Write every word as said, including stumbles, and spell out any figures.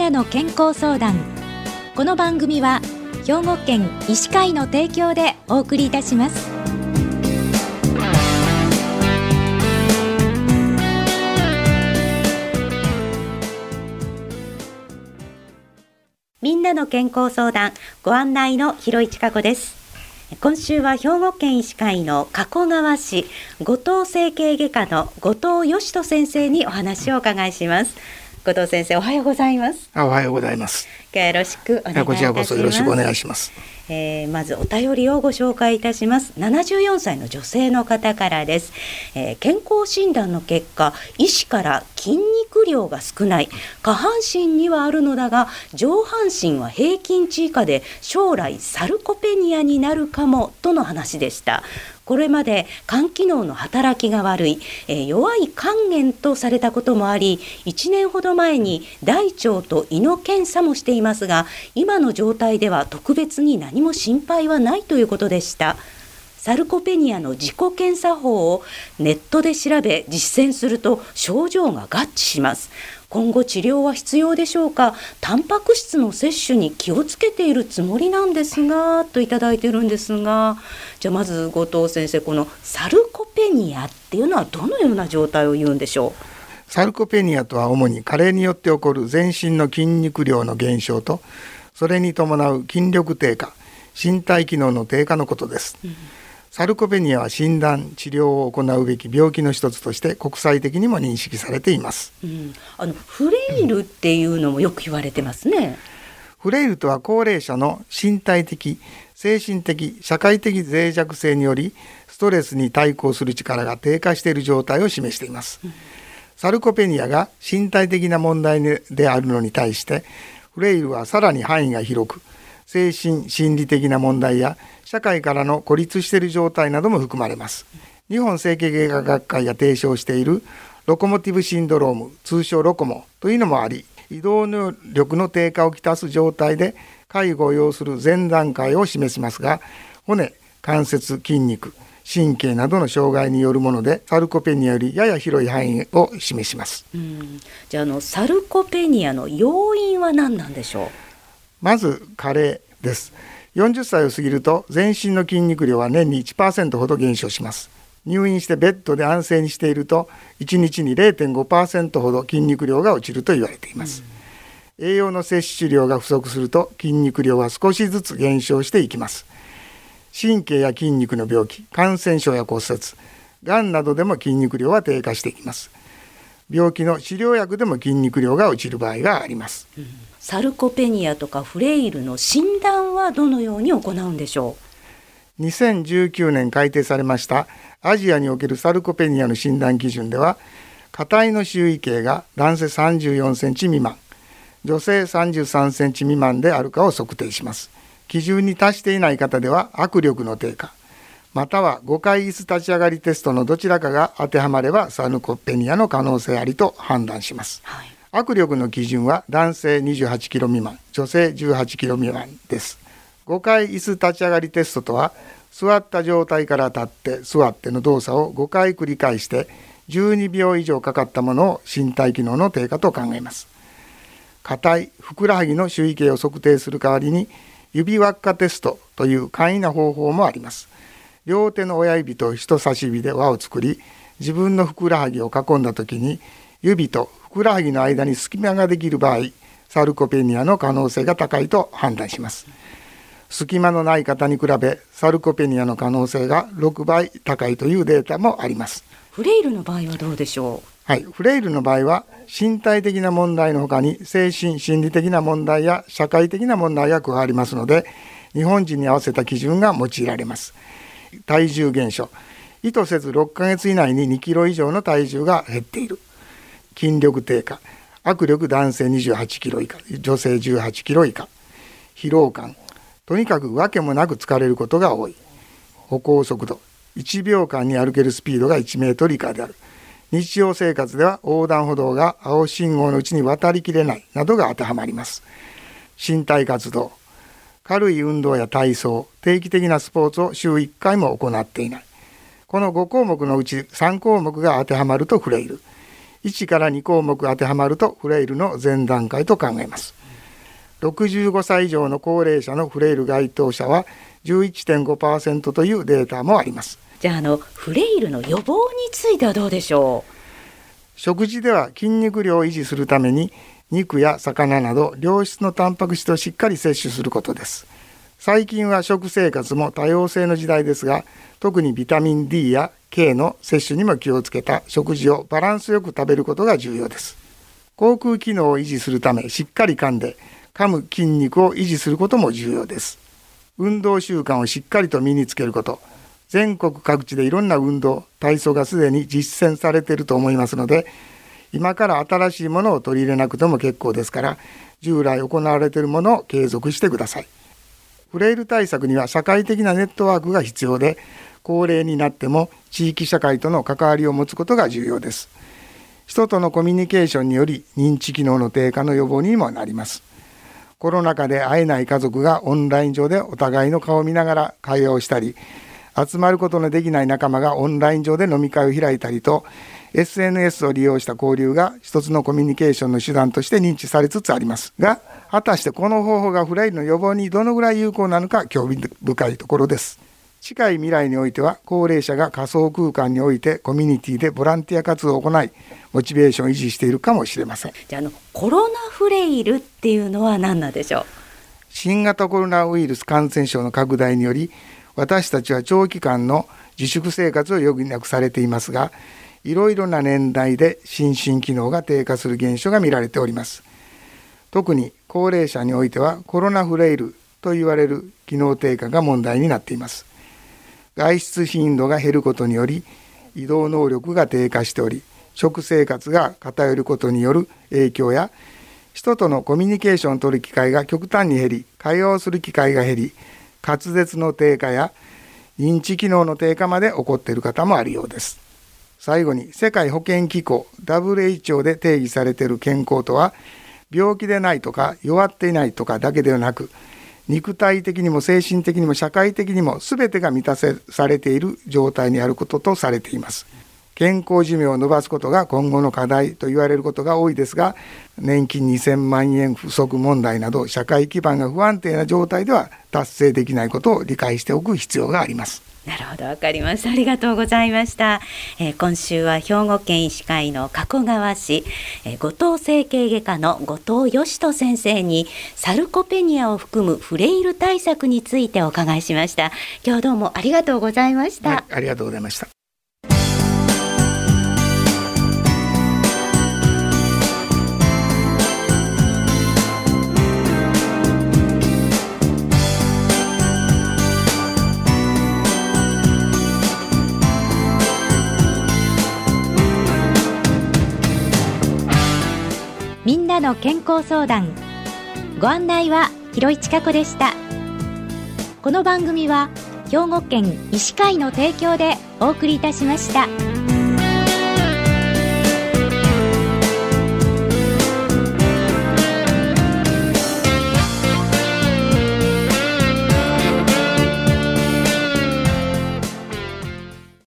なの健康相談。この番組は兵庫県医師会の提供でお送りいたします。みんなの健康相談、ご案内の広市加子です。今週は兵庫県医師会の加古川市後藤整形外科の後藤義人先生にお話をお伺いします。後藤先生、おはようございます。 おはようございます。 今日はよろしくお願いいたします。 こちらこそよろしくお願いします。 えー、まずお便りをご紹介いたします。ななじゅうよんさいの女性の方からです。えー、健康診断の結果、医師から筋肉量が少ない、下半身にはあるのだが上半身は平均値以下で将来サルコペニアになるかもとの話でした。これまで肝機能の働きが悪い、えー、弱い肝炎とされたこともあり、いちねんほど前に大腸と胃の検査もしていますが、今の状態では特別に何も心配はないということでした。サルコペニアの自己検査法をネットで調べ実践すると症状が合致します。今後治療は必要でしょうか。タンパク質の摂取に気をつけているつもりなんですが、といただいているんですが、じゃあまず後藤先生、このサルコペニアっていうのはどのような状態を言うんでしょう。 サルコペニアとは主に加齢によって起こる全身の筋肉量の減少と、それに伴う筋力低下、身体機能の低下のことです。うん、サルコペニアは診断、治療を行うべき病気の一つとして国際的にも認識されています。 うん、あのフレイルっていうのもよく言われてますね。うん、 フレイルとは高齢者の身体的、精神的、社会的脆弱性によりストレスに対抗する力が低下している状態を示しています。うん、サルコペニアが身体的な問題であるのに対して、フレイルはさらに範囲が広く、精神心理的な問題や社会からの孤立している状態なども含まれます。日本整形外科学会が提唱しているロコモティブシンドローム、通称ロコモというのもあり、移動能力の低下をきたす状態で介護を要する前段階を示しますが、骨、関節、筋肉、神経などの障害によるもので、サルコペニアよりやや広い範囲を示します。 うん、じゃあ、あのサルコペニアの要因は何なんでしょう。 まず加齢です。よんじゅっさいを過ぎると全身の筋肉量は年に いちパーセント ほど減少します。入院してベッドで安静にしているといちにちに れいてんごパーセント ほど筋肉量が落ちると言われています。うん、栄養の摂取量が不足すると筋肉量は少しずつ減少していきます。神経や筋肉の病気、感染症や骨折、がんなどでも筋肉量は低下していきます。病気の治療薬でも筋肉量が落ちる場合があります。うん、 サルコペニアとかフレイルの診断はどのように行うんでしょう。にせんじゅうきゅうねん改定されましたアジアにおけるサルコペニアの診断基準では、下体の周囲径が男性さんじゅうよんセンチ未満、女性さんじゅうさんセンチ未満であるかを測定します。基準に達していない方では握力の低下、またはごかい椅子立ち上がりテストのどちらかが当てはまればサルコペニアの可能性ありと判断します。はい、握力の基準は男性にじゅうはちキロ未満、女性じゅうはちキロ未満です。ごかい椅子立ち上がりテストとは、座った状態から立って座っての動作をごかい繰り返してじゅうにびょう以上かかったものを身体機能の低下と考えます。下体、ふくらはぎの周囲径を測定する代わりに指輪っかテストという簡易な方法もあります。両手の親指と人差し指で輪を作り、自分のふくらはぎを囲んだ時に指とふくらはぎの間に隙間ができる場合、サルコペニアの可能性が高いと判断します。隙間のない方に比べサルコペニアの可能性がろくばい高いというデータもあります。 フレイルの場合はどうでしょう。 はい、フレイルの場合は身体的な問題のほかに精神心理的な問題や社会的な問題が加わりますので、日本人に合わせた基準が用いられます。体重減少、意図せずろっかげつ以内ににキロ以上の体重が減っている。筋力低下、握力男性にじゅうはちキロ以下、女性じゅうはちキロ以下。疲労感、とにかく訳もなく疲れることが多い。歩行速度、いちびょうかんに歩けるスピードがいちメートル以下である。日常生活では横断歩道が青信号のうちに渡りきれないなどが当てはまります。身体活動、軽い運動や体操、定期的なスポーツを週いっかいも行っていない。このごこうもくのうちさんこうもくが当てはまるとフレイル。 いちからにこうもく当てはまるとフレイルの前段階と考えます。ろくじゅうごさい以上の高齢者のフレイル該当者は じゅういってんごパーセント というデータもあります。 じゃあ、あのフレイルの予防についてはどうでしょう。 食事では筋肉量を維持するために肉や魚など良質のタンパク質をしっかり摂取することです。最近は食生活も多様性の時代ですが、特にビタミン ディー や ケー の摂取にも気をつけた食事をバランスよく食べることが重要です。口腔機能を維持するためしっかり噛んで噛む筋肉を維持することも重要です。運動習慣をしっかりと身につけること、全国各地でいろんな運動、体操がすでに実践されていると思いますので、今から新しいものを取り入れなくても結構ですから、従来行われているものを継続してください。フレイル対策には社会的なネットワークが必要で、高齢になっても地域社会との関わりを持つことが重要です。人とのコミュニケーションにより認知機能の低下の予防にもなります。コロナ禍で会えない家族がオンライン上でお互いの顔を見ながら会話をしたり、集まることのできない仲間がオンライン上で飲み会を開いたりと、エスエヌエス を利用した交流が一つのコミュニケーションの手段として認知されつつありますが、果たしてこの方法がフレイルの予防にどのぐらい有効なのか興味深いところです。近い未来においては高齢者が仮想空間においてコミュニティでボランティア活動を行い、モチベーションを維持しているかもしれません。 じゃあ、あのコロナフレイルっていうのは何なんでしょう。 新型コロナウイルス感染症の拡大により、私たちは長期間の自粛生活を余儀なくされていますが、いろいろな年代で心身機能が低下する現象が見られております。特に高齢者においてはコロナフレイルと言われる機能低下が問題になっています。外出頻度が減ることにより移動能力が低下しており、食生活が偏ることによる影響や、人とのコミュニケーションを取る機会が極端に減り、会話をする機会が減り、滑舌の低下や認知機能の低下まで起こっている方もあるようです。最後に、世界保健機構 ダブリューエイチオー で定義されている健康とは、病気でないとか弱っていないとかだけではなく、肉体的にも精神的にも社会的にも全てが満たされている状態にあることとされています。健康寿命を延ばすことが今後の課題と言われることが多いですが、年金にせんまんえん不足問題など社会基盤が不安定な状態では達成できないことを理解しておく必要があります。 なるほど、わかりました。ありがとうございました。えー、今週は兵庫県医師会の加古川市、えー、後藤整形外科の後藤義人先生にサルコペニアを含むフレイル対策についてお伺いしました。今日はどうもありがとうございました。 はい、ありがとうございました。 みんなの健康相談、ご案内は広井千佳子でした。この番組は兵庫県医師会の提供でお送りいたしました。